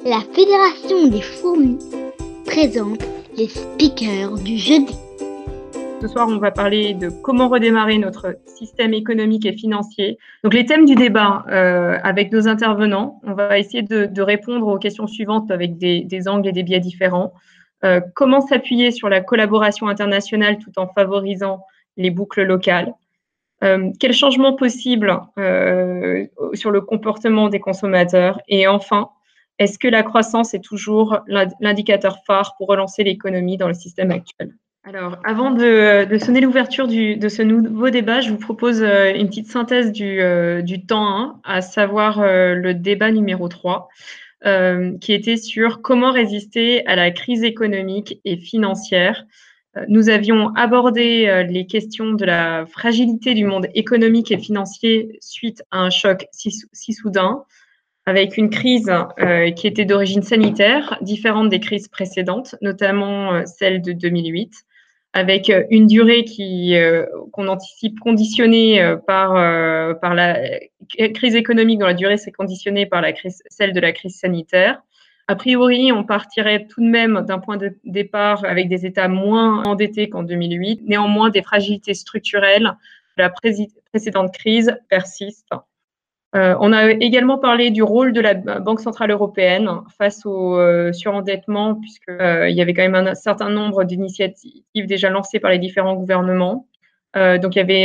La Fédération des fourmis présente les speakers du jeudi. Ce soir, on va parler de comment redémarrer notre système économique et financier. Donc, les thèmes du débat avec nos intervenants, on va essayer de répondre aux questions suivantes avec des angles et des biais différents. Comment s'appuyer sur la collaboration internationale tout en favorisant les boucles locales? Quels changements possibles sur le comportement des consommateurs? Et enfin, est-ce que la croissance est toujours l'indicateur phare pour relancer l'économie dans le système actuel? Alors, avant de sonner l'ouverture de ce nouveau débat, je vous propose une petite synthèse du temps 1, à savoir le débat numéro 3, qui était sur comment résister à la crise économique et financière. Nous avions abordé les questions de la fragilité du monde économique et financier suite à un choc si soudain, avec une crise qui était d'origine sanitaire, différente des crises précédentes, notamment celle de 2008, avec une durée qu'on anticipe conditionnée par la crise économique, dont la durée s'est conditionnée par celle de la crise sanitaire. A priori, on partirait tout de même d'un point de départ avec des États moins endettés qu'en 2008. Néanmoins, des fragilités structurelles de la précédente crise persistent. On a également parlé du rôle de la Banque centrale européenne face au surendettement, puisqu'il y avait quand même un certain nombre d'initiatives déjà lancées par les différents gouvernements. Donc, il y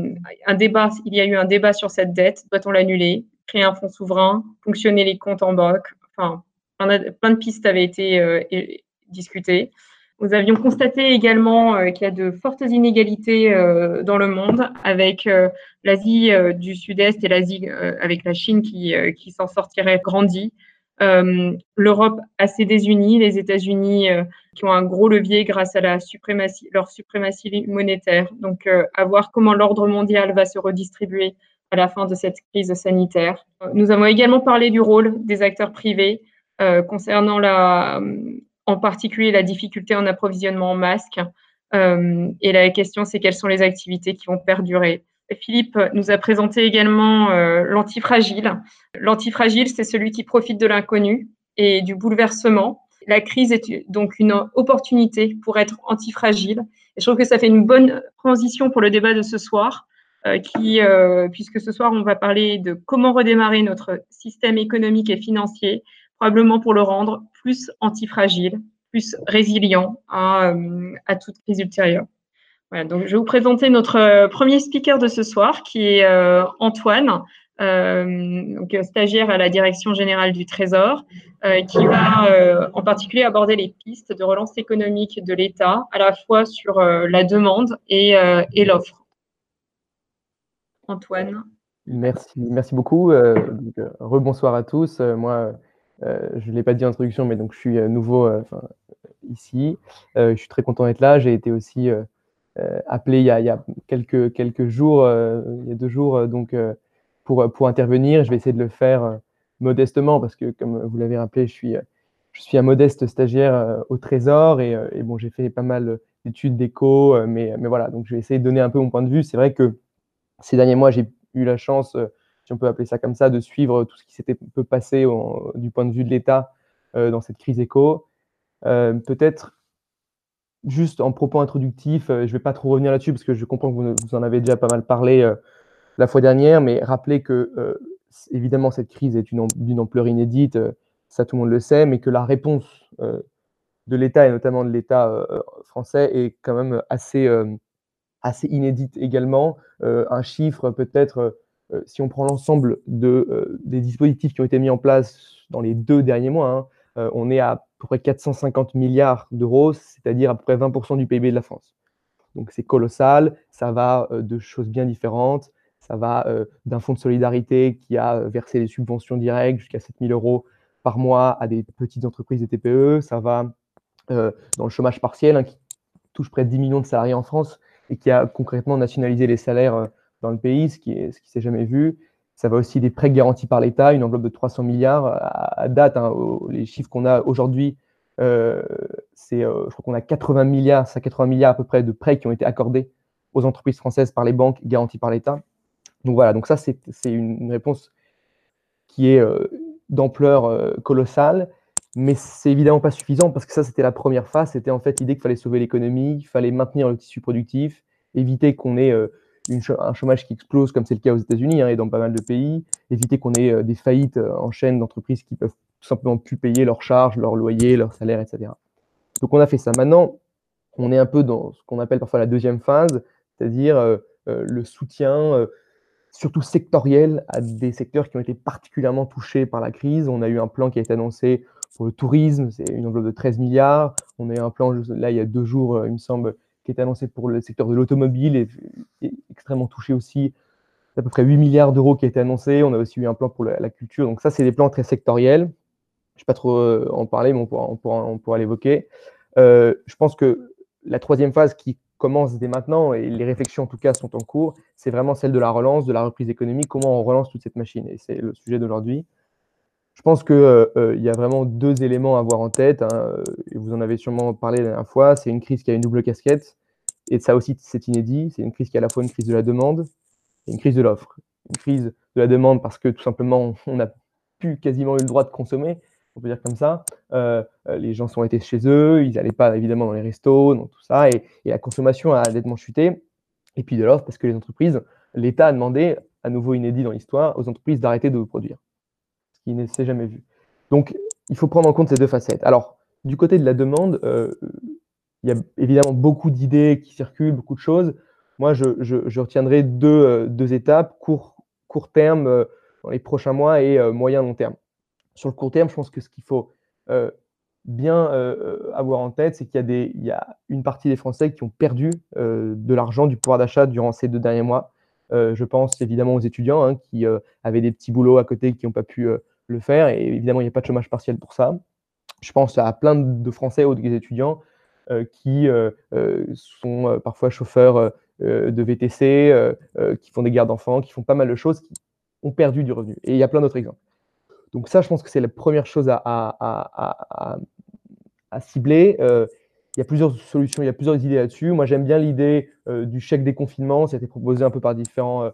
a eu un débat sur cette dette. Doit-on l'annuler, créer un fonds souverain, fonctionner les comptes en banque? Enfin, plein de pistes avaient été discutées. Nous avions constaté également qu'il y a de fortes inégalités dans le monde, avec l'Asie du Sud-Est et l'Asie avec la Chine qui s'en sortirait grandie. L'Europe assez désunie, les États-Unis qui ont un gros levier grâce à leur suprématie monétaire. Donc, à voir comment l'ordre mondial va se redistribuer à la fin de cette crise sanitaire. Nous avons également parlé du rôle des acteurs privés concernant en particulier la difficulté en approvisionnement en masques. Et la question, c'est quelles sont les activités qui vont perdurer. Philippe nous a présenté également l'antifragile. L'antifragile, c'est celui qui profite de l'inconnu et du bouleversement. La crise est donc une opportunité pour être antifragile. Et je trouve que ça fait une bonne transition pour le débat de ce soir, puisque ce soir, on va parler de comment redémarrer notre système économique et financier, probablement pour le rendre plus antifragile, plus résilient à toute crise ultérieure. Voilà, donc je vais vous présenter notre premier speaker de ce soir, qui est Antoine, donc stagiaire à la Direction générale du Trésor, qui va en particulier aborder les pistes de relance économique de l'État, à la fois sur la demande et l'offre. Antoine. Merci beaucoup. Rebonsoir à tous. Moi, je ne l'ai pas dit en introduction, mais donc je suis nouveau ici. Je suis très content d'être là. J'ai été aussi appelé il y a quelques jours, il y a 2 jours, pour intervenir. Je vais essayer de le faire modestement parce que, comme vous l'avez rappelé, je suis un modeste stagiaire au Trésor et bon, j'ai fait pas mal d'études d'éco, mais voilà. Donc, je vais essayer de donner un peu mon point de vue. C'est vrai que ces derniers mois, j'ai eu la chance, si on peut appeler ça comme ça, de suivre tout ce qui s'était peu passé du point de vue de l'État dans cette crise éco. Peut-être juste en propos introductif, je ne vais pas trop revenir là-dessus parce que je comprends que vous en avez déjà pas mal parlé la fois dernière, mais rappeler que évidemment cette crise est d'une ampleur inédite, ça tout le monde le sait, mais que la réponse de l'État et notamment de l'État français est quand même assez inédite également. Un chiffre peut-être, si on prend l'ensemble des dispositifs qui ont été mis en place dans les 2 derniers mois, on est à peu près 450 milliards d'euros, c'est-à-dire à peu près 20% du PIB de la France. Donc c'est colossal, ça va de choses bien différentes. Ça va d'un fonds de solidarité qui a versé des subventions directes jusqu'à 7 000 € par mois à des petites entreprises et TPE. Ça va dans le chômage partiel, qui touche près de 10 millions de salariés en France et qui a concrètement nationalisé les salaires dans le pays, ce qui s'est jamais vu. Ça va aussi des prêts garantis par l'État, une enveloppe de 300 milliards à date. Les chiffres qu'on a aujourd'hui, je crois qu'on a 80 milliards à peu près de prêts qui ont été accordés aux entreprises françaises par les banques garantis par l'État. Donc voilà, ça c'est une réponse qui est d'ampleur colossale. Mais c'est évidemment pas suffisant parce que ça, c'était la première phase. C'était en fait l'idée qu'il fallait sauver l'économie, il fallait maintenir le tissu productif, éviter qu'on ait un chômage qui explose comme c'est le cas aux États-Unis et dans pas mal de pays, éviter qu'on ait des faillites en chaîne d'entreprises qui peuvent tout simplement plus payer leurs charges, leurs loyers, leurs salaires, etc. Donc on a fait ça. Maintenant, on est un peu dans ce qu'on appelle parfois la deuxième phase, c'est-à-dire le soutien surtout sectoriel à des secteurs qui ont été particulièrement touchés par la crise. On a eu un plan qui a été annoncé pour le tourisme, c'est une enveloppe de 13 milliards. On a eu un plan, là, il y a 2 jours, il me semble, qui a été annoncé pour le secteur de l'automobile et extrêmement touché aussi. C'est à peu près 8 milliards d'euros qui a été annoncé. On a aussi eu un plan pour la culture. Donc ça, c'est des plans très sectoriels. Je ne vais pas trop en parler, mais on pourra l'évoquer. Je pense que la troisième phase qui commence dès maintenant, et les réflexions en tout cas sont en cours, c'est vraiment celle de la relance, de la reprise économique, comment on relance toute cette machine. Et c'est le sujet d'aujourd'hui. Je pense qu'il y a vraiment 2 éléments à avoir en tête, hein, et vous en avez sûrement parlé la dernière fois. C'est une crise qui a une double casquette, et ça aussi c'est inédit. C'est une crise qui est à la fois une crise de la demande et une crise de l'offre. Une crise de la demande parce que tout simplement on n'a plus quasiment eu le droit de consommer, on peut dire comme ça. Les gens sont été chez eux, ils n'allaient pas évidemment dans les restos, dans tout ça, et la consommation a nettement chuté. Et puis de l'offre parce que les entreprises, l'État a demandé, à nouveau inédit dans l'histoire, aux entreprises d'arrêter de produire, ce qui ne s'est jamais vu. Donc il faut prendre en compte ces 2 facettes. Alors du côté de la demande, il y a évidemment beaucoup d'idées qui circulent, beaucoup de choses. Moi, je retiendrai 2 étapes, court terme dans les prochains mois et moyen long terme. Sur le court terme, je pense que ce qu'il faut bien avoir en tête, c'est qu'il y a une partie des Français qui ont perdu de l'argent, du pouvoir d'achat durant ces 2 derniers mois. Je pense évidemment aux étudiants hein, qui avaient des petits boulots à côté qui n'ont pas pu le faire. Et évidemment, il n'y a pas de chômage partiel pour ça. Je pense à plein de Français ou des étudiants qui sont parfois chauffeurs de VTC, qui font des gardes d'enfants, qui font pas mal de choses, qui ont perdu du revenu. Et il y a plein d'autres exemples. Donc ça, je pense que c'est la première chose à cibler. Il y a plusieurs solutions, il y a plusieurs idées là-dessus. Moi, j'aime bien l'idée du chèque déconfinement. Ça a été proposé un peu par différentes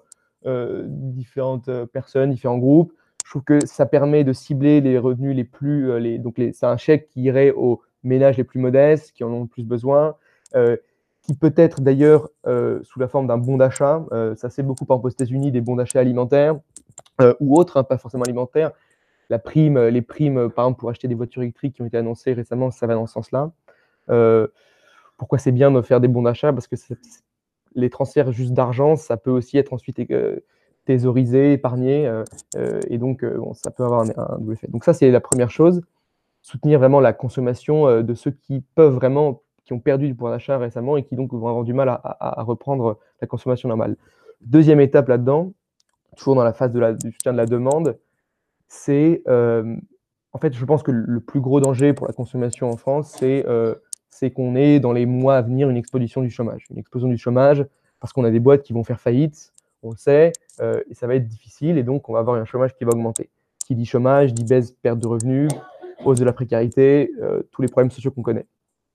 personnes, différents groupes. Je trouve que ça permet de cibler les revenus les plus… c'est un chèque qui irait aux ménages les plus modestes, qui en ont le plus besoin, qui peut être d'ailleurs sous la forme d'un bon d'achat. Ça c'est beaucoup, par exemple, aux États-Unis, des bons d'achat alimentaires ou autres, hein, pas forcément alimentaires. Les primes, par exemple, pour acheter des voitures électriques qui ont été annoncées récemment, ça va dans ce sens-là. Pourquoi c'est bien de faire des bons d'achat? Parce que les transferts juste d'argent, ça peut aussi être ensuite thésaurisé, épargné, et donc ça peut avoir un double effet. Donc ça, c'est la première chose, soutenir vraiment la consommation de ceux qui peuvent vraiment, qui ont perdu du pouvoir d'achat récemment et qui donc vont avoir du mal à reprendre la consommation normale. Deuxième étape là-dedans, toujours dans la phase du soutien de la demande, c'est, en fait, je pense que le plus gros danger pour la consommation en France, c'est qu'on ait dans les mois à venir une explosion du chômage. Une explosion du chômage parce qu'on a des boîtes qui vont faire faillite, on le sait, et ça va être difficile, et donc on va avoir un chômage qui va augmenter. Qui dit chômage, dit baisse, perte de revenus, hausse de la précarité, tous les problèmes sociaux qu'on connaît.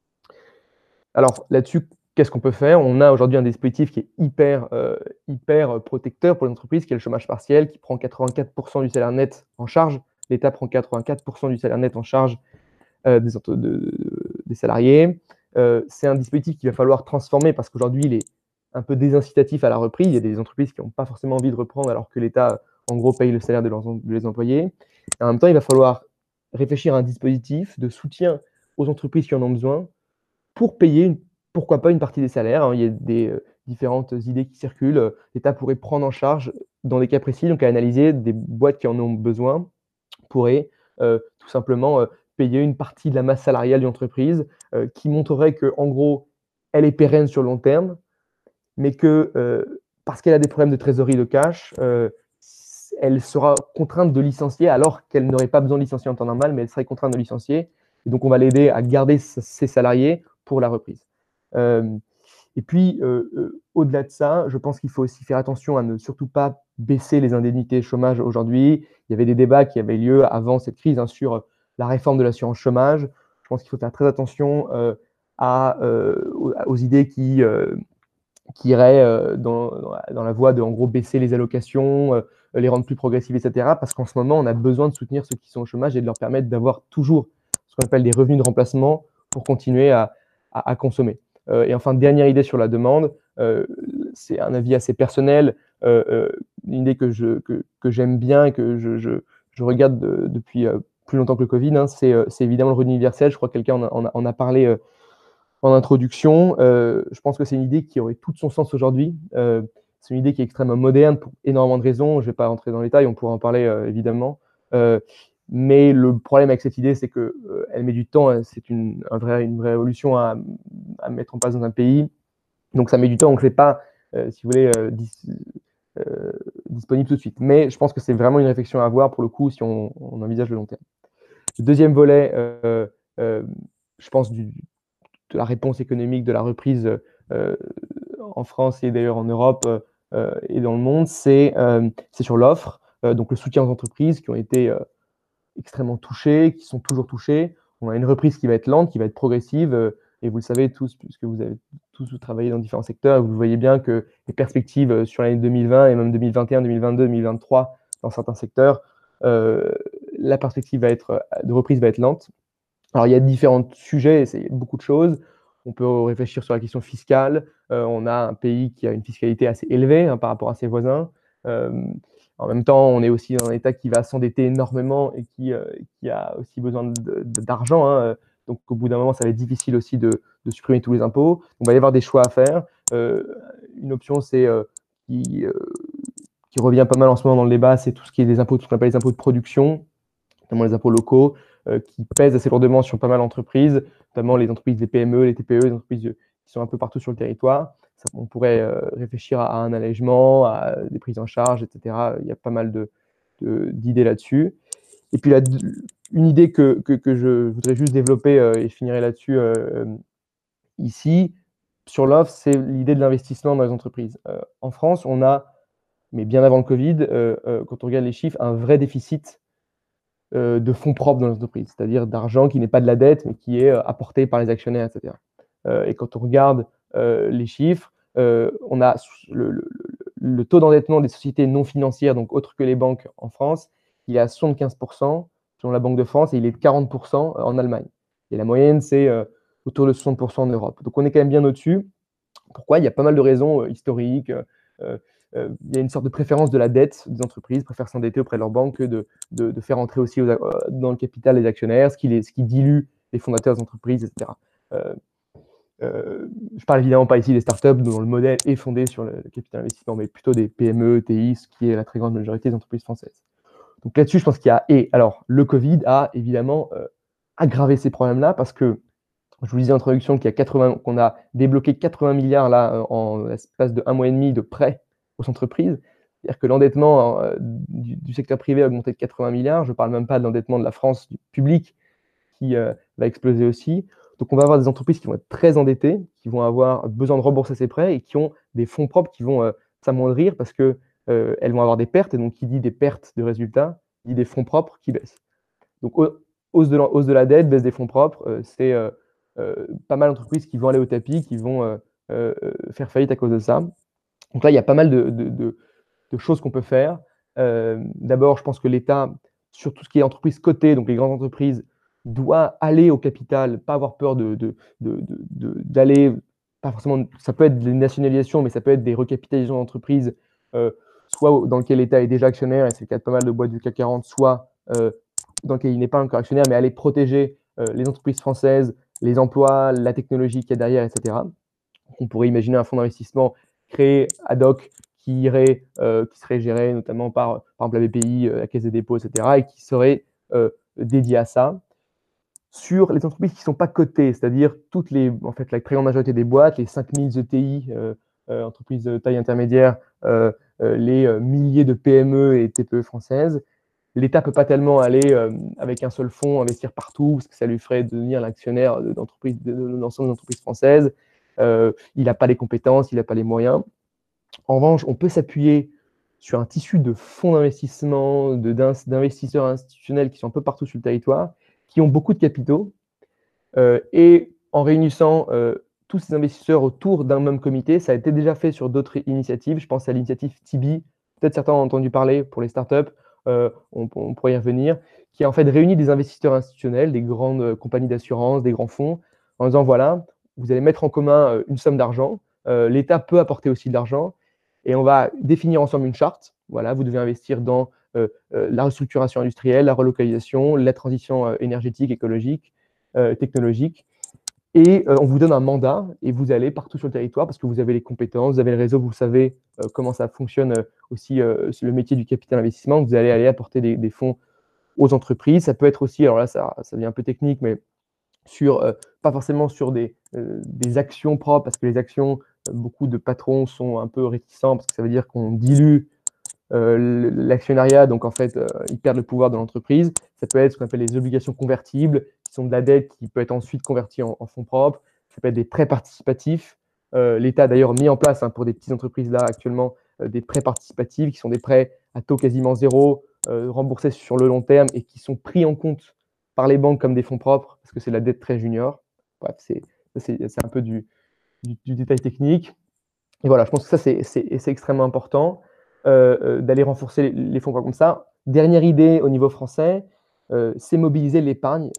Alors là-dessus, qu'est-ce qu'on peut faire? On a aujourd'hui un dispositif qui est hyper protecteur pour les entreprises, qui est le chômage partiel, qui prend 84% du salaire net en charge. L'État prend 84% du salaire net en charge des salariés. C'est un dispositif qu'il va falloir transformer parce qu'aujourd'hui, il est un peu désincitatif à la reprise. Il y a des entreprises qui n'ont pas forcément envie de reprendre alors que l'État, en gros, paye le salaire de les employés. Et en même temps, il va falloir réfléchir à un dispositif de soutien aux entreprises qui en ont besoin pour payer, pourquoi pas, une partie des salaires. Hein. Il y a des différentes idées qui circulent. L'État pourrait prendre en charge, dans des cas précis, donc à analyser, des boîtes qui en ont besoin pourraient tout simplement payer une partie de la masse salariale d'une entreprise qui montrerait qu'en gros, elle est pérenne sur le long terme, mais que parce qu'elle a des problèmes de trésorerie de cash, elle sera contrainte de licencier alors qu'elle n'aurait pas besoin de licencier en temps normal, mais elle serait contrainte de licencier. Et donc, on va l'aider à garder ses salariés pour la reprise. Et puis, au-delà de ça, je pense qu'il faut aussi faire attention à ne surtout pas baisser les indemnités chômage aujourd'hui. Il y avait des débats qui avaient lieu avant cette crise hein, sur la réforme de l'assurance chômage. Je pense qu'il faut faire très attention aux idées qui iraient dans la voie de, en gros, baisser les allocations, les rendre plus progressives, etc. Parce qu'en ce moment, on a besoin de soutenir ceux qui sont au chômage et de leur permettre d'avoir toujours ce qu'on appelle des revenus de remplacement pour continuer à consommer. Et enfin, dernière idée sur la demande, c'est un avis assez personnel, une idée que j'aime bien et que je regarde depuis plus longtemps que le Covid, hein, c'est évidemment le revenu universel. Je crois que quelqu'un en a parlé en introduction. Je pense que c'est une idée qui aurait tout son sens aujourd'hui. C'est une idée qui est extrêmement moderne pour énormément de raisons. Je ne vais pas rentrer dans les détails, on pourra en parler évidemment. Mais le problème avec cette idée, c'est qu'elle met du temps. C'est une vraie évolution à mettre en place dans un pays. Donc ça met du temps. Donc ce n'est pas, si vous voulez, disponible tout de suite. Mais je pense que c'est vraiment une réflexion à avoir pour le coup si on envisage le long terme. Le deuxième volet, je pense, de la réponse économique, de la reprise en France et d'ailleurs en Europe et dans le monde, c'est sur l'offre. Donc le soutien aux entreprises qui ont été extrêmement touchées, qui sont toujours touchées. On a une reprise qui va être lente, qui va être progressive. Et vous le savez tous, puisque vous avez tous travaillé dans différents secteurs, et vous voyez bien que les perspectives sur l'année 2020 et même 2021, 2022, 2023, dans certains secteurs, la perspective de reprise va être lente. Alors, il y a différents sujets, c'est beaucoup de choses. On peut réfléchir sur la question fiscale. On a un pays qui a une fiscalité assez élevée hein, par rapport à ses voisins. En même temps, on est aussi dans un État qui va s'endetter énormément et qui a aussi besoin d'argent. Hein. Donc, au bout d'un moment, ça va être difficile aussi de supprimer tous les impôts. On va y avoir des choix à faire. Une option, c'est qui revient pas mal en ce moment dans le débat, c'est tout ce qui est des impôts, tout ce qu'on appelle les impôts de production, notamment les impôts locaux, qui pèsent assez lourdement sur pas mal d'entreprises, notamment les entreprises des PME, les TPE, les entreprises qui sont un peu partout sur le territoire. On pourrait réfléchir à un allègement, à des prises en charge, etc. Il y a pas mal d'idées là-dessus. Et puis une idée que je voudrais juste développer et je finirai là-dessus ici, sur l'offre, c'est l'idée de l'investissement dans les entreprises. En France, on a, mais bien avant le Covid, quand on regarde les chiffres, un vrai déficit de fonds propres dans l'entreprise, c'est-à-dire d'argent qui n'est pas de la dette, mais qui est apporté par les actionnaires, etc. Et quand on regarde les chiffres, on a le taux d'endettement des sociétés non financières, donc autres que les banques en France, il est à 75% selon la Banque de France et il est de 40% en Allemagne. Et la moyenne, c'est autour de 60% en Europe. Donc on est quand même bien au-dessus. Pourquoi? Il y a pas mal de raisons historiques. Il y a une sorte de préférence de la dette des entreprises, préfèrent s'endetter auprès de leur banque que de faire entrer aussi dans le capital les actionnaires, ce qui dilue les fondateurs des entreprises, etc. Je parle évidemment pas ici des startups dont le modèle est fondé sur le capital investissement, mais plutôt des PME, TI, ce qui est la très grande majorité des entreprises françaises. Donc là-dessus, je pense qu'il y a... Et alors, le Covid a évidemment aggravé ces problèmes-là parce que, je vous disais en introduction qu'on a débloqué 80 milliards là, en l'espace de 1 mois et demi de prêts aux entreprises. C'est-à-dire que l'endettement du secteur privé a augmenté de 80 milliards. Je ne parle même pas de l'endettement de la France, du public, qui va exploser aussi. Donc, on va avoir des entreprises qui vont être très endettées, qui vont avoir besoin de rembourser ces prêts et qui ont des fonds propres qui vont s'amoindrir parce qu'elles vont avoir des pertes. Et donc, qui dit des pertes de résultats, dit des fonds propres qui baissent. Donc, hausse de la dette, baisse des fonds propres, c'est pas mal d'entreprises qui vont aller au tapis, qui vont faire faillite à cause de ça. Donc là, il y a pas mal de choses qu'on peut faire. D'abord, je pense que l'État, sur tout ce qui est entreprise cotée, donc les grandes entreprises, doit aller au capital, pas avoir peur d'aller, pas forcément, ça peut être des nationalisations, mais ça peut être des recapitalisations d'entreprises, soit dans lequel l'État est déjà actionnaire, et c'est le cas de pas mal de boîtes du CAC 40, soit dans lequel il n'est pas encore actionnaire, mais aller protéger les entreprises françaises, les emplois, la technologie qu'il y a derrière, etc. On pourrait imaginer un fonds d'investissement créé ad hoc qui serait géré notamment par exemple la BPI, la Caisse des dépôts, etc. et qui serait dédié à ça. Sur les entreprises qui ne sont pas cotées, c'est-à-dire en fait, la très grande majorité des boîtes, les 5000 ETI, entreprises de taille intermédiaire, les milliers de PME et TPE françaises, l'État ne peut pas tellement aller avec un seul fonds investir partout, parce que ça lui ferait devenir l'actionnaire de l'ensemble des entreprises françaises. Il n'a pas les compétences, il n'a pas les moyens. En revanche, on peut s'appuyer sur un tissu de fonds d'investissement, d'investisseurs institutionnels qui sont un peu partout sur le territoire, qui ont beaucoup de capitaux, et en réunissant tous ces investisseurs autour d'un même comité, ça a été déjà fait sur d'autres initiatives. Je pense à l'initiative Tibi, peut-être certains ont entendu parler pour les startups, on pourrait y revenir, qui a en fait réuni des investisseurs institutionnels, des grandes compagnies d'assurance, des grands fonds, en disant voilà, vous allez mettre en commun une somme d'argent, l'État peut apporter aussi de l'argent, et on va définir ensemble une charte. Voilà, vous devez investir dans la restructuration industrielle, la relocalisation, la transition énergétique, écologique, technologique. Et on vous donne un mandat et vous allez partout sur le territoire parce que vous avez les compétences, vous avez le réseau, vous savez comment ça fonctionne aussi le métier du capital investissement. Vous allez aller apporter des fonds aux entreprises. Ça peut être aussi, alors là, ça devient un peu technique, mais pas forcément sur des actions propres, parce que les actions, beaucoup de patrons sont un peu réticents parce que ça veut dire qu'on dilue l'actionnariat, donc en fait, ils perdent le pouvoir de l'entreprise. Ça peut être ce qu'on appelle les obligations convertibles, qui sont de la dette qui peut être ensuite convertie en fonds propres. Ça peut être des prêts participatifs. L'État a d'ailleurs mis en place pour des petites entreprises là actuellement des prêts participatifs qui sont des prêts à taux quasiment zéro, remboursés sur le long terme et qui sont pris en compte par les banques comme des fonds propres parce que c'est de la dette très junior. Bref, c'est un peu du détail technique. Et voilà, je pense que ça, c'est extrêmement important d'aller renforcer les fonds comme ça. Dernière idée au niveau français, c'est mobiliser l'épargne,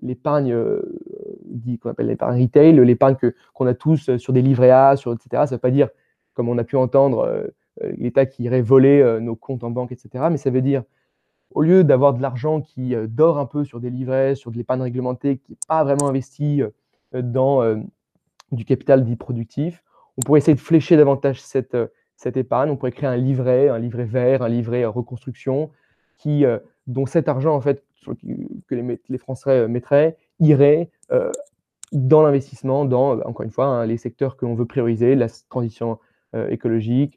qu'on appelle l'épargne retail, l'épargne qu'on a tous sur des livrets A, etc. Ça ne veut pas dire, comme on a pu entendre, l'État qui irait voler nos comptes en banque, etc. Mais ça veut dire, au lieu d'avoir de l'argent qui dort un peu sur des livrets, sur de l'épargne réglementée, qui n'est pas vraiment investi dans du capital dit productif, on pourrait essayer de flécher davantage cette épargne. On pourrait créer un livret vert, un livret reconstruction, dont cet argent, en fait, que les Français mettraient, irait dans l'investissement, dans, encore une fois, les secteurs que l'on veut prioriser, la transition écologique,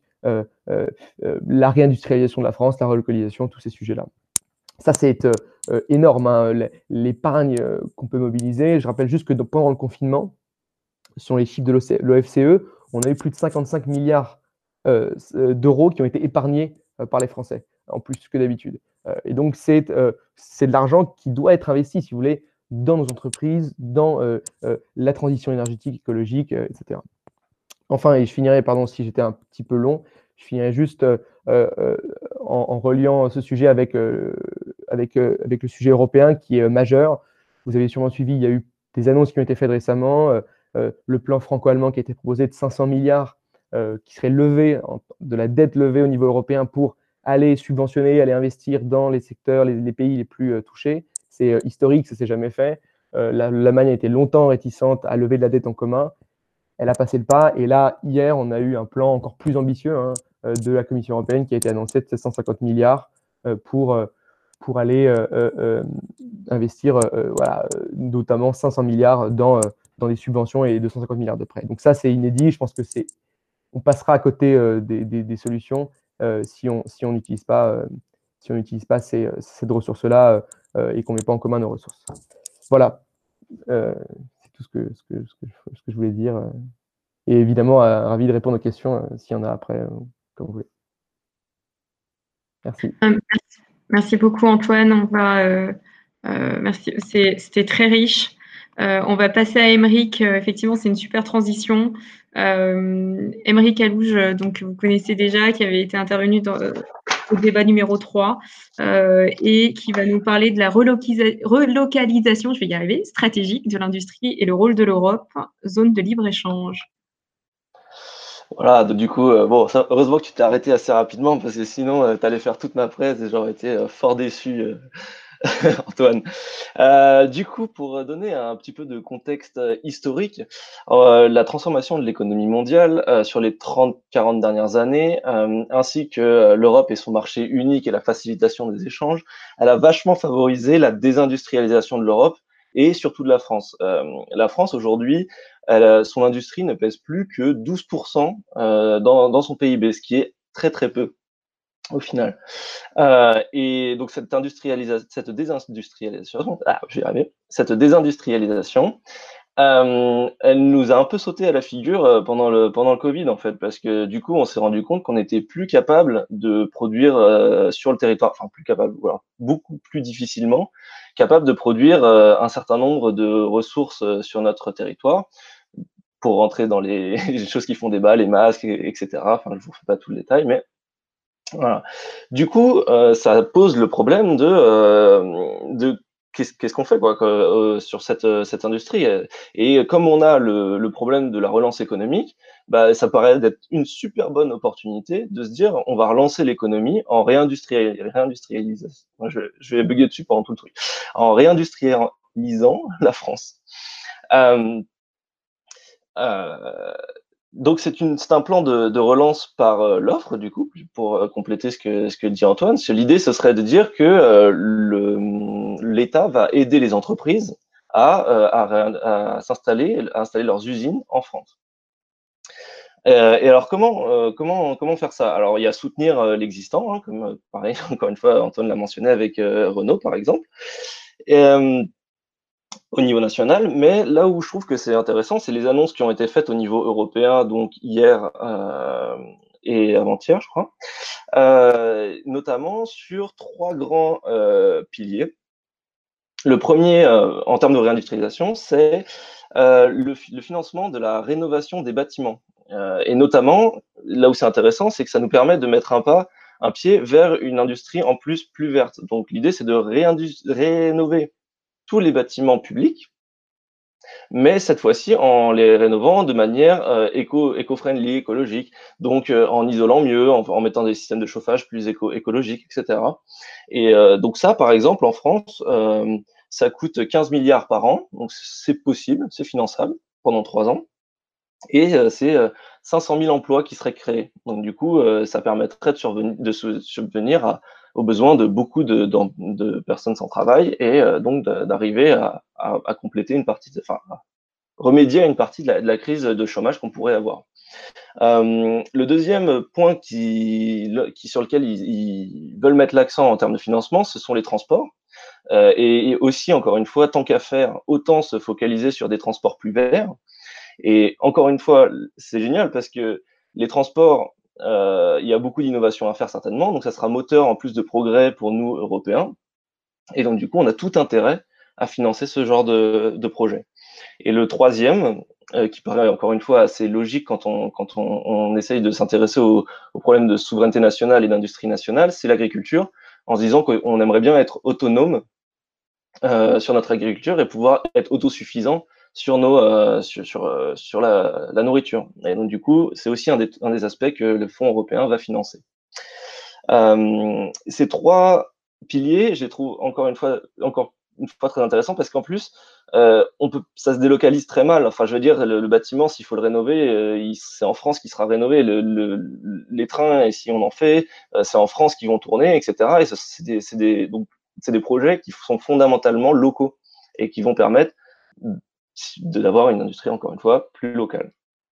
la réindustrialisation de la France, la relocalisation, tous ces sujets-là. Ça, c'est énorme, l'épargne qu'on peut mobiliser. Je rappelle juste que pendant le confinement, sur les chiffres de l'OFCE, on a eu plus de 55 milliards d'euros qui ont été épargnés par les Français, en plus que d'habitude. Et donc, c'est de l'argent qui doit être investi, si vous voulez, dans nos entreprises, dans la transition énergétique, écologique, etc. Enfin, et je finirai, pardon si j'étais un petit peu long, je finirai juste en reliant ce sujet avec le sujet européen qui est majeur. Vous avez sûrement suivi, il y a eu des annonces qui ont été faites récemment. Le plan franco-allemand qui a été proposé de 500 milliards qui serait levé, de la dette levée au niveau européen pour aller subventionner, aller investir dans les secteurs, les pays les plus touchés. C'est historique, ça ne s'est jamais fait. L'Allemagne a été longtemps réticente à lever de la dette en commun. Elle a passé le pas. Et là, hier, on a eu un plan encore plus ambitieux de la Commission européenne qui a été annoncé de 750 milliards pour aller investir, notamment 500 milliards dans des subventions et 250 milliards de prêts. Donc ça, c'est inédit. Je pense que on passera à côté des solutions si on n'utilise pas ces ressources-là et qu'on ne met pas en commun nos ressources. Voilà. C'est tout ce que je voulais dire. Et évidemment, ravi de répondre aux questions s'il y en a après, comme vous voulez. Merci. Merci beaucoup, Antoine. Merci, c'était très riche. On va passer à Aymeric. Effectivement, c'est une super transition. Aymeric Allouge, donc vous connaissez déjà, qui avait été intervenu au débat numéro 3 et qui va nous parler de la relocalisation, je vais y arriver, stratégique de l'industrie et le rôle de l'Europe, zone de libre-échange. Voilà, donc du coup, heureusement que tu t'es arrêté assez rapidement parce que sinon, tu allais faire toute ma presse et j'aurais été fort déçu, Antoine. Du coup, pour donner un petit peu de contexte historique, la transformation de l'économie mondiale sur les 30-40 dernières années, ainsi que l'Europe et son marché unique et la facilitation des échanges, elle a vachement favorisé la désindustrialisation de l'Europe et surtout de la France. La France, aujourd'hui, son industrie ne pèse plus que 12% dans son PIB, ce qui est très très peu au final. Et donc cette désindustrialisation, elle nous a un peu sauté à la figure pendant le Covid en fait, parce que du coup on s'est rendu compte qu'on n'était plus capable de produire sur le territoire, enfin plus capable, voilà, beaucoup plus difficilement capable de produire un certain nombre de ressources sur notre territoire. Pour rentrer dans les choses qui font débat, les masques, etc. Enfin, je vous fais pas tout le détail, mais Voilà. Du coup, ça pose le problème de qu'est-ce qu'on fait quoi, sur cette industrie. Et comme on a le problème de la relance économique, bah, ça paraît d'être une super bonne opportunité de se dire on va relancer l'économie en réindustrialisant. Je vais bugger dessus pendant tout le truc. En réindustrialisant la France. Euh, euh, donc c'est un plan de relance par l'offre, du coup, pour compléter ce que dit Antoine. L'idée, ce serait de dire que l'État va aider les entreprises à s'installer, à installer leurs usines en France. Et alors comment faire ça? Alors il y a soutenir l'existant, hein, comme pareil, encore une fois, Antoine l'a mentionné avec Renault, par exemple. Et, au niveau national, mais là où je trouve que c'est intéressant, c'est les annonces qui ont été faites au niveau européen, donc hier et avant-hier, je crois, notamment sur 3 grands piliers. Le premier, en termes de réindustrialisation, c'est le financement de la rénovation des bâtiments. Et notamment, là où c'est intéressant, c'est que ça nous permet de mettre un pied vers une industrie en plus verte. Donc l'idée, c'est de rénover tous les bâtiments publics, mais cette fois-ci en les rénovant de manière éco-friendly, écologique, donc en isolant mieux, en mettant des systèmes de chauffage plus écologiques, etc. Et donc ça, par exemple, en France, ça coûte 15 milliards par an, donc c'est possible, c'est finançable pendant 3 ans, et c'est 500 000 emplois qui seraient créés. Donc du coup, ça permettrait de subvenir aux besoins de beaucoup de personnes sans travail, et donc d'arriver à compléter une partie, enfin, remédier à une partie de la crise de chômage qu'on pourrait avoir. Le deuxième point sur lequel ils veulent mettre l'accent en termes de financement, ce sont les transports. Et aussi, encore une fois, tant qu'à faire, autant se focaliser sur des transports plus verts. Et encore une fois, c'est génial parce que les transports, il y a beaucoup d'innovations à faire certainement, donc ça sera moteur en plus de progrès pour nous, Européens. Et donc, du coup, on a tout intérêt à financer ce genre de projet. Et le troisième, qui paraît encore une fois assez logique quand on essaye de s'intéresser aux problèmes de souveraineté nationale et d'industrie nationale, c'est l'agriculture, en se disant qu'on aimerait bien être autonome sur notre agriculture et pouvoir être autosuffisant sur la nourriture. Et donc du coup, c'est aussi un des aspects que le Fonds européen va financer. Ces 3 piliers, je les trouve encore une fois très intéressants parce qu'en plus, ça se délocalise très mal. Enfin, je veux dire, le bâtiment, s'il faut le rénover, c'est en France qu'il sera rénové. Les trains, et si on en fait, c'est en France qu'ils vont tourner, etc. Et c'est des projets qui sont fondamentalement locaux et qui vont permettre d'avoir une industrie, encore une fois, plus locale.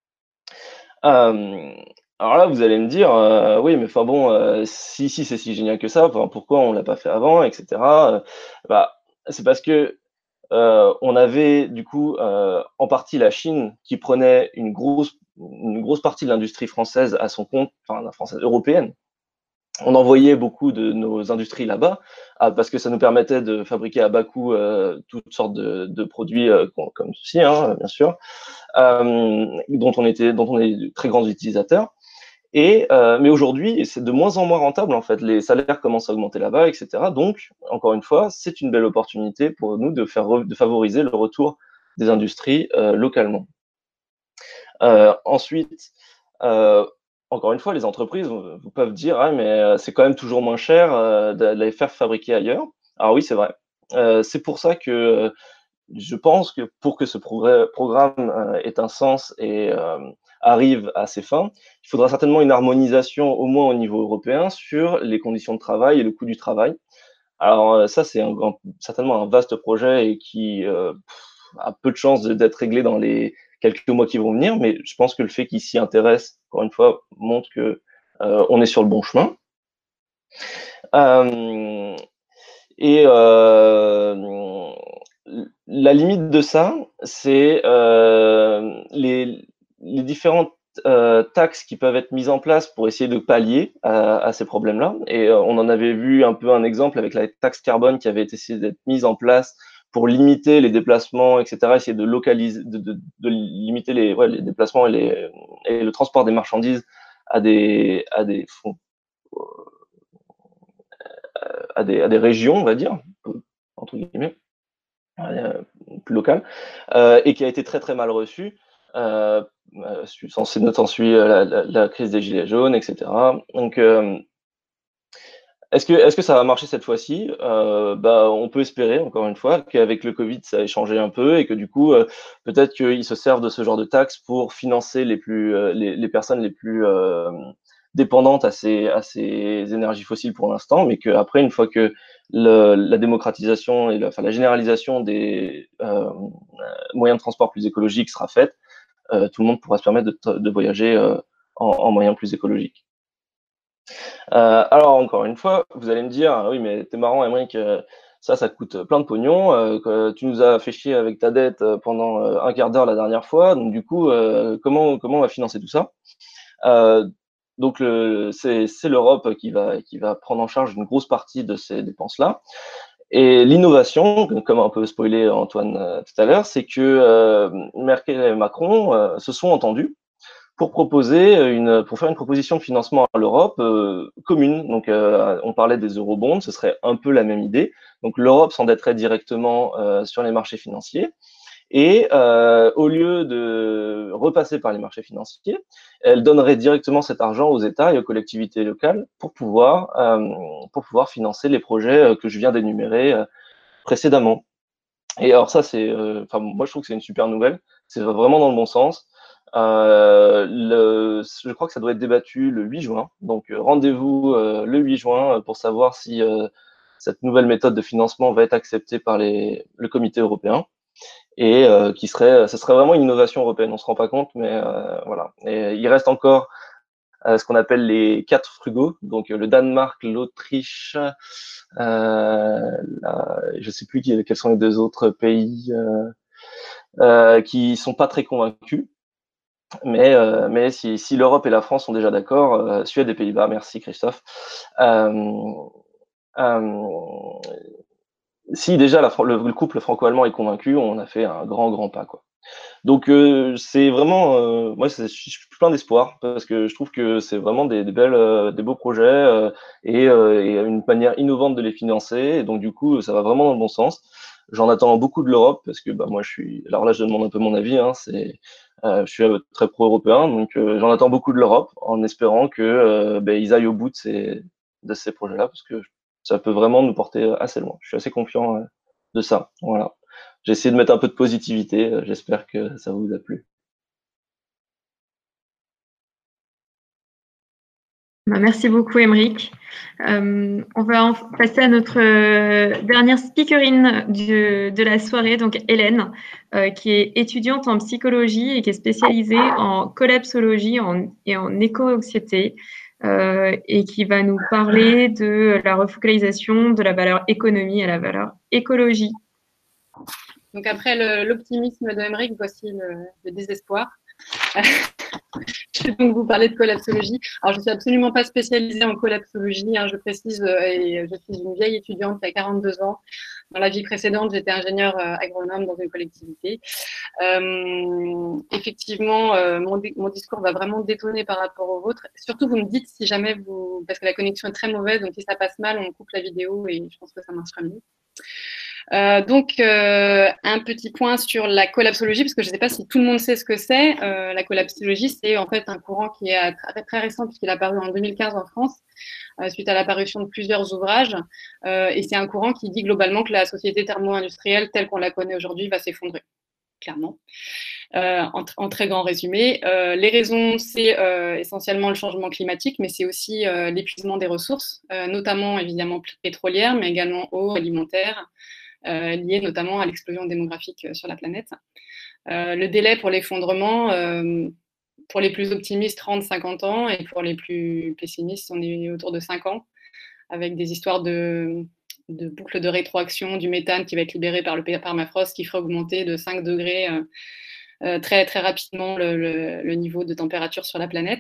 Alors là, vous allez me dire, oui, mais enfin bon, si c'est si génial que ça, enfin, pourquoi on l'a pas fait avant, etc. Bah, c'est parce que on avait du coup en partie la Chine qui prenait une grosse partie de l'industrie française à son compte, enfin la française européenne. On envoyait beaucoup de nos industries là-bas parce que ça nous permettait de fabriquer à bas coût toutes sortes de produits comme ceci, hein, bien sûr, dont on est de très grands utilisateurs. Mais aujourd'hui, c'est de moins en moins rentable en fait. Les salaires commencent à augmenter là-bas, etc. Donc, encore une fois, c'est une belle opportunité pour nous de favoriser le retour des industries localement. Ensuite, encore une fois, les entreprises vous peuvent dire ah mais c'est quand même toujours moins cher de les faire fabriquer ailleurs. Alors oui, c'est vrai. C'est pour ça que je pense que pour que ce programme ait un sens et arrive à ses fins, il faudra certainement une harmonisation, au moins au niveau européen, sur les conditions de travail et le coût du travail. Alors ça, c'est certainement un vaste projet et qui a peu de chances d'être réglé dans les quelques mois qui vont venir, mais je pense que le fait qu'il s'y intéresse, encore une fois, montre que on est sur le bon chemin. Euh, et la limite de ça, c'est les différentes taxes qui peuvent être mises en place pour essayer de pallier à ces problèmes-là. Et on en avait vu un peu un exemple avec la taxe carbone qui avait essayé d'être mise en place pour limiter les déplacements, etc., essayer de localiser, de limiter les déplacements et le transport des marchandises à des régions, on va dire, entre guillemets, plus locales, et qui a été très très mal reçu. S'ensuit la crise des Gilets jaunes, etc. Donc, est-ce que ça va marcher cette fois-ci? On peut espérer, encore une fois, qu'avec le Covid, ça ait changé un peu et que du coup, peut-être qu'ils se servent de ce genre de taxes pour financer les personnes les plus dépendantes à ces énergies fossiles pour l'instant, mais qu'après, une fois que la démocratisation et la généralisation des moyens de transport plus écologiques sera faite, tout le monde pourra se permettre de voyager en moyens plus écologiques. Alors encore une fois, vous allez me dire: «Ah oui, mais t'es marrant Aymeric, ça coûte plein de pognon, que tu nous as fait chier avec ta dette, pendant, un quart d'heure la dernière fois, donc du coup, comment on va financer tout ça?» Donc c'est l'Europe qui va prendre en charge une grosse partie de ces dépenses-là, et l'innovation, comme un peu spoilé Antoine, tout à l'heure, c'est que, Merkel et Macron, se sont entendus pour faire une proposition de financement à l'Europe commune. Donc, on parlait des eurobonds, ce serait un peu la même idée. Donc, l'Europe s'endetterait directement sur les marchés financiers, et au lieu de repasser par les marchés financiers, elle donnerait directement cet argent aux États et aux collectivités locales pour pouvoir financer les projets que je viens d'énumérer précédemment. Et alors ça, moi je trouve que c'est une super nouvelle. C'est vraiment dans le bon sens. Je crois que ça doit être débattu le 8 juin. Donc rendez-vous le 8 juin pour savoir si cette nouvelle méthode de financement va être acceptée par le Comité européen, et ce serait vraiment une innovation européenne. On se rend pas compte, mais voilà. Et il reste encore ce qu'on appelle les 4 frugaux, donc le Danemark, l'Autriche, je sais plus quels sont les 2 autres pays qui sont pas très convaincus. Mais si l'Europe et la France sont déjà d'accord, Suède et Pays-Bas, merci Christophe. Si déjà le couple franco-allemand est convaincu, on a fait un grand pas, quoi. Donc c'est vraiment, moi je suis plein d'espoir parce que je trouve que c'est vraiment des beaux projets, et une manière innovante de les financer, et donc du coup, ça va vraiment dans le bon sens. J'en attends beaucoup de l'Europe parce que, moi alors là je demande un peu mon avis, hein, je suis très pro-européen, donc j'en attends beaucoup de l'Europe en espérant que, ils aillent au bout de ces projets-là, parce que ça peut vraiment nous porter assez loin. Je suis assez confiant de ça, voilà. J'ai essayé de mettre un peu de positivité, j'espère que ça vous a plu. Merci beaucoup, Aymeric. On va passer à notre dernière speakerine de la soirée, donc Hélène, qui est étudiante en psychologie et qui est spécialisée en collapsologie et en éco-anxiété, et qui va nous parler de la refocalisation de la valeur économie à la valeur écologie. Donc après l'optimisme de Aymeric, voici le désespoir. Je vais donc vous parler de collapsologie. Alors, je ne suis absolument pas spécialisée en collapsologie, hein, je précise, et je suis une vieille étudiante qui a 42 ans. Dans la vie précédente, j'étais ingénieure agronome dans une collectivité. Effectivement, mon discours va vraiment détonner par rapport au vôtre. Surtout, vous me dites si jamais parce que la connexion est très mauvaise, donc si ça passe mal, on coupe la vidéo et je pense que ça marchera mieux. Donc, un petit point sur la collapsologie, parce que je ne sais pas si tout le monde sait ce que c'est. La collapsologie, c'est en fait un courant qui est très, très récent, puisqu'il est apparu en 2015 en France, suite à l'apparition de plusieurs ouvrages. Et c'est un courant qui dit globalement que la société thermo-industrielle, telle qu'on la connaît aujourd'hui, va s'effondrer, clairement. En très grand résumé, les raisons, c'est essentiellement le changement climatique, mais c'est aussi l'épuisement des ressources, notamment évidemment pétrolières, mais également eau, alimentaire, liées notamment à l'explosion démographique sur la planète. Le délai pour l'effondrement, pour les plus optimistes, 30-50 ans, et pour les plus pessimistes, on est autour de 5 ans, avec des histoires de boucles de rétroaction du méthane qui va être libéré par le permafrost, qui ferait augmenter de 5 degrés très, très rapidement le niveau de température sur la planète.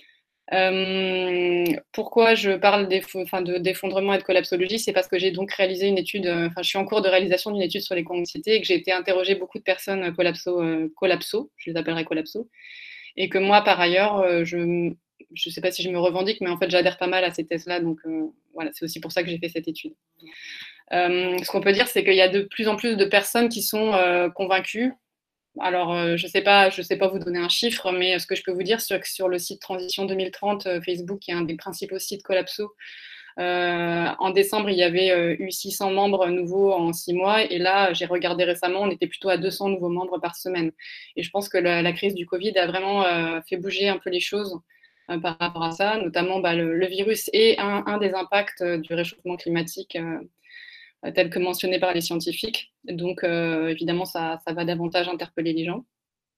Pourquoi je parle d'effondrement et de collapsologie? C'est parce que j'ai donc réalisé une étude, je suis en cours de réalisation d'une étude sur l'éco-anxiété, et que j'ai été interroger beaucoup de personnes collapso, je les appellerai collapso, et que moi, par ailleurs, je je ne sais pas si je me revendique, mais en fait, j'adhère pas mal à ces thèses-là. Donc, voilà, c'est aussi pour ça que j'ai fait cette étude. Ce qu'on peut dire, c'est qu'il y a de plus en plus de personnes qui sont convaincues. Alors, je sais pas vous donner un chiffre, mais ce que je peux vous dire, c'est que sur le site Transition 2030, Facebook, qui est un des principaux sites Collapso, en décembre, il y avait eu 600 membres nouveaux en 6 mois. Et là, j'ai regardé récemment, on était plutôt à 200 nouveaux membres par semaine. Et je pense que la crise du Covid a vraiment fait bouger un peu les choses par rapport à ça. Notamment, le virus est un des impacts du réchauffement climatique tel que mentionné par les scientifiques. Donc, évidemment, ça va davantage interpeller les gens.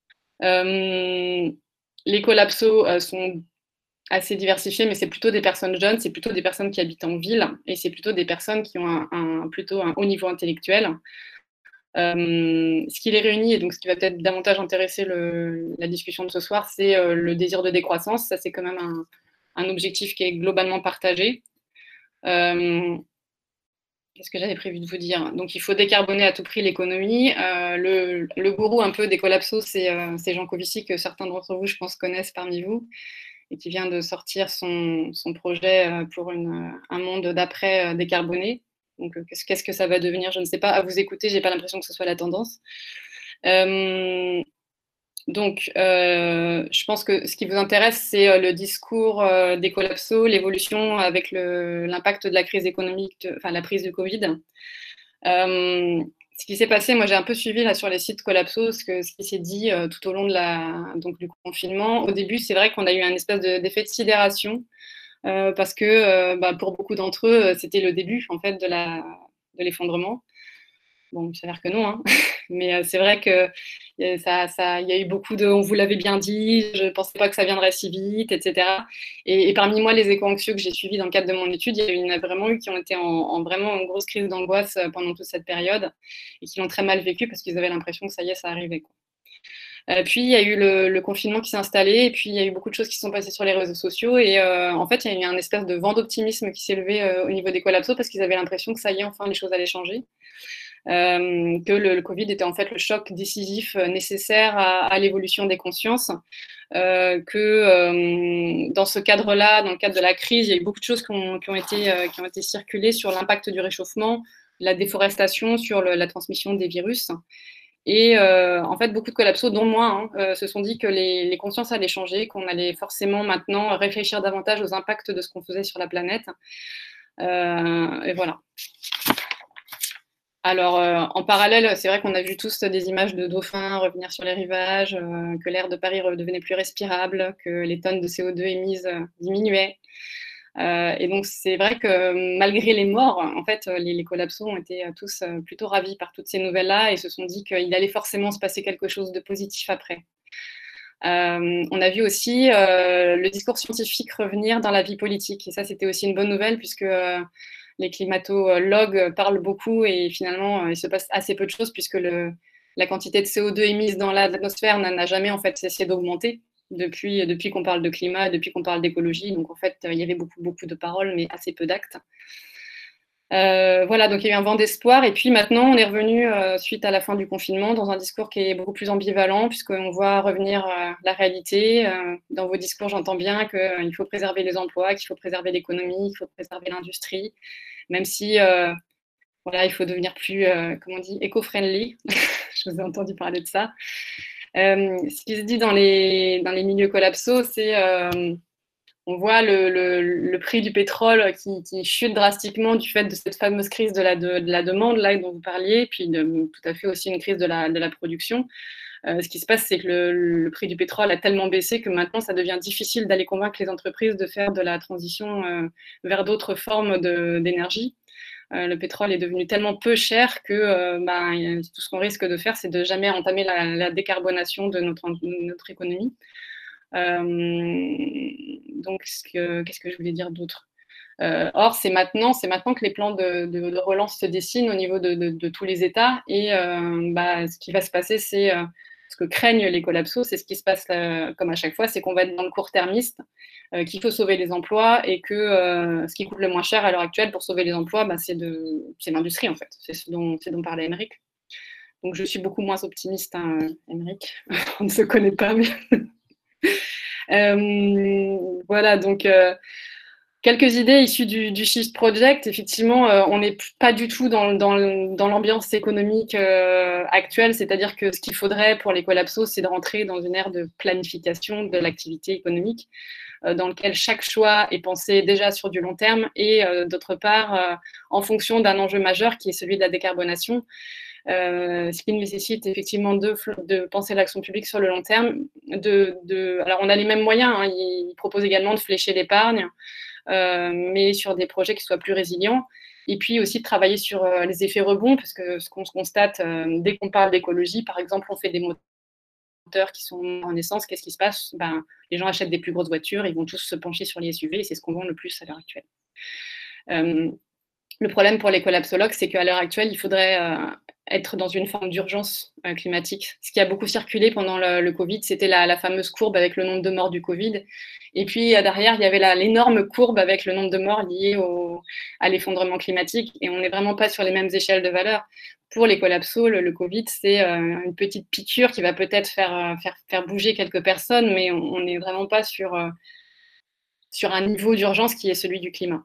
Les collapsos sont assez diversifiés, mais c'est plutôt des personnes jeunes, c'est plutôt des personnes qui habitent en ville, et c'est plutôt des personnes qui ont plutôt un haut niveau intellectuel. Ce qui les réunit, et donc ce qui va peut-être davantage intéresser la discussion de ce soir, c'est le désir de décroissance. Ça, c'est quand même un objectif qui est globalement partagé. Qu'est-ce que j'avais prévu de vous dire? Donc, il faut décarboner à tout prix l'économie. Le gourou un peu des collapsos, c'est Jean Covici, que certains d'entre vous, je pense, connaissent parmi vous, et qui vient de sortir son projet pour un monde d'après décarboné. Donc, qu'est-ce que ça va devenir? Je ne sais pas. À vous écouter, je n'ai pas l'impression que ce soit la tendance. Donc, je pense que ce qui vous intéresse, c'est le discours des collapsos, l'évolution avec l'impact de la crise économique, enfin la prise du Covid. Ce qui s'est passé, moi j'ai un peu suivi là sur les sites collapsos ce qui s'est dit tout au long du confinement. Au début, c'est vrai qu'on a eu un espèce d'effet de sidération parce que pour beaucoup d'entre eux, c'était le début en fait de l'effondrement. Bon, il s'avère que non, hein. Mais c'est vrai que il y a eu beaucoup de « on vous l'avait bien dit »,« je ne pensais pas que ça viendrait si vite », etc. Et parmi moi, les éco-anxieux que j'ai suivis dans le cadre de mon étude, il y en a vraiment eu qui ont été en vraiment une grosse crise d'angoisse pendant toute cette période et qui l'ont très mal vécu parce qu'ils avaient l'impression que ça y est, ça arrivait, quoi. Puis il y a eu le confinement qui s'est installé, et puis il y a eu beaucoup de choses qui sont passées sur les réseaux sociaux, et en fait il y a eu un espèce de vent d'optimisme qui s'est levé au niveau des collapsos parce qu'ils avaient l'impression que ça y est, enfin les choses allaient changer. Que le Covid était en fait le choc décisif nécessaire à l'évolution des consciences, que dans ce cadre-là, dans le cadre de la crise, il y a eu beaucoup de choses qui ont été circulées sur l'impact du réchauffement, la déforestation, sur la transmission des virus. Et en fait, beaucoup de collapsos, dont moi, se sont dit que les consciences allaient changer, qu'on allait forcément maintenant réfléchir davantage aux impacts de ce qu'on faisait sur la planète. Et voilà. Alors, en parallèle, c'est vrai qu'on a vu tous des images de dauphins revenir sur les rivages, que l'air de Paris redevenait plus respirable, que les tonnes de CO2 émises diminuaient. Et donc, c'est vrai que malgré les morts, en fait, les collapsos ont été tous plutôt ravis par toutes ces nouvelles-là et se sont dit qu'il allait forcément se passer quelque chose de positif après. On a vu aussi le discours scientifique revenir dans la vie politique. Et ça, c'était aussi une bonne nouvelle puisque les climatologues parlent beaucoup et finalement, il se passe assez peu de choses puisque la quantité de CO2 émise dans l'atmosphère n'a jamais en fait cessé d'augmenter depuis qu'on parle de climat, depuis qu'on parle d'écologie. Donc en fait, il y avait beaucoup de paroles, mais assez peu d'actes. Voilà, donc il y a eu un vent d'espoir. Et puis maintenant, on est revenu, suite à la fin du confinement, dans un discours qui est beaucoup plus ambivalent, puisqu'on voit revenir la réalité. Dans vos discours, j'entends bien qu'il faut préserver les emplois, qu'il faut préserver l'économie, qu'il faut préserver l'industrie, même si voilà, il faut devenir plus, comment on dit, éco-friendly. Je vous ai entendu parler de ça. Ce qui se dit dans les milieux collapsos, c'est on voit le prix du pétrole qui chute drastiquement du fait de cette fameuse crise de la demande là, dont vous parliez, puis tout à fait aussi une crise de la production. Ce qui se passe, c'est que le prix du pétrole a tellement baissé que maintenant, ça devient difficile d'aller convaincre les entreprises de faire de la transition vers d'autres formes d'énergie. Le pétrole est devenu tellement peu cher que tout ce qu'on risque de faire, c'est de jamais entamer la décarbonation de notre économie. Donc, qu'est-ce que je voulais dire d'autre? Or, c'est maintenant que les plans de relance se dessinent au niveau de tous les États. Et ce qui va se passer, c'est ce que craignent les collapsos, c'est ce qui se passe comme à chaque fois, c'est qu'on va être dans le court-termiste, qu'il faut sauver les emplois et que ce qui coûte le moins cher à l'heure actuelle pour sauver les emplois, c'est l'industrie en fait. C'est ce dont parlait Émeric. Donc je suis beaucoup moins optimiste, Émeric. On ne se connaît pas, mais Voilà, donc quelques idées issues du Shift Project. Effectivement, on n'est pas du tout dans l'ambiance économique actuelle, c'est-à-dire que ce qu'il faudrait pour les collapsos, c'est de rentrer dans une ère de planification de l'activité économique, dans lequel chaque choix est pensé déjà sur du long terme et d'autre part en fonction d'un enjeu majeur qui est celui de la décarbonation. Ce qui nécessite effectivement de penser l'action publique sur le long terme. Alors, on a les mêmes moyens, hein, ils proposent également de flécher l'épargne, mais sur des projets qui soient plus résilients. Et puis aussi de travailler sur les effets rebonds, parce que ce qu'on constate dès qu'on parle d'écologie, par exemple, on fait des moteurs qui sont en essence, qu'est-ce qui se passe? Les gens achètent des plus grosses voitures, ils vont tous se pencher sur les SUV, et c'est ce qu'on vend le plus à l'heure actuelle. Le problème pour les collapsologues, c'est qu'à l'heure actuelle, il faudrait être dans une forme d'urgence climatique. Ce qui a beaucoup circulé pendant le Covid, c'était la fameuse courbe avec le nombre de morts du Covid. Et puis derrière, il y avait l'énorme courbe avec le nombre de morts liés à l'effondrement climatique. Et on n'est vraiment pas sur les mêmes échelles de valeur. Pour les collapsos, le Covid, c'est une petite piqûre qui va peut-être faire bouger quelques personnes, mais on n'est vraiment pas sur un niveau d'urgence qui est celui du climat.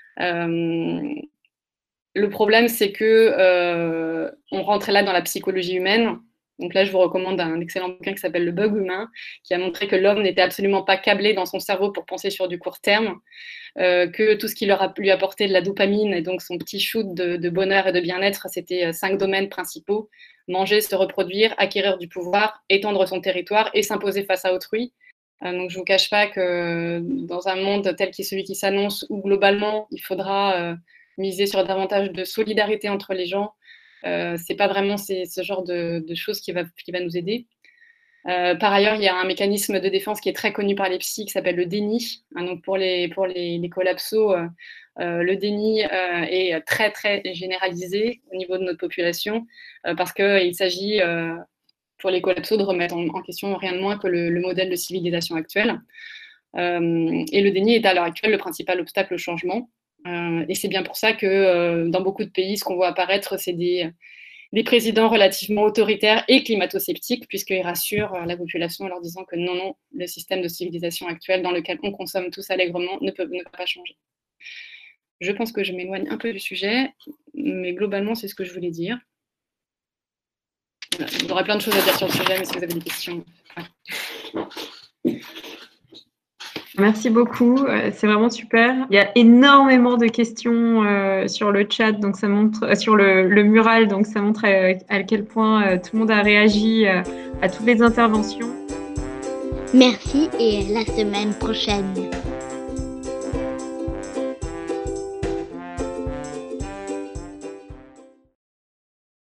Le problème, c'est que on rentre là dans la psychologie humaine. Donc là, je vous recommande un excellent bouquin qui s'appelle Le Bug humain, qui a montré que l'homme n'était absolument pas câblé dans son cerveau pour penser sur du court terme, que tout ce qui lui apportait de la dopamine et donc son petit shoot de bonheur et de bien-être, c'était 5 domaines principaux: manger, se reproduire, acquérir du pouvoir, étendre son territoire et s'imposer face à autrui. Donc je ne vous cache pas que dans un monde tel que celui qui s'annonce, où globalement, il faudra miser sur davantage de solidarité entre les gens, c'est pas vraiment ce genre de choses qui va nous aider. Par ailleurs, il y a un mécanisme de défense qui est très connu par les psys qui s'appelle le déni. Donc pour les collapsos, le déni est très très généralisé au niveau de notre population parce qu'il s'agit pour les collapsos de remettre en question rien de moins que le modèle de civilisation actuel. Et le déni est à l'heure actuelle le principal obstacle au changement. Et c'est bien pour ça que dans beaucoup de pays, ce qu'on voit apparaître, c'est des présidents relativement autoritaires et climato-sceptiques, puisqu'ils rassurent la population en leur disant que non, le système de civilisation actuel dans lequel on consomme tous allègrement ne peut pas changer. Je pense que je m'éloigne un peu du sujet, mais globalement, c'est ce que je voulais dire. Voilà, vous aurez plein de choses à dire sur le sujet, mais si vous avez des questions... Ouais. Merci beaucoup, c'est vraiment super. Il y a énormément de questions sur le chat, donc ça montre sur le mural, donc ça montre à quel point tout le monde a réagi à toutes les interventions. Merci et à la semaine prochaine.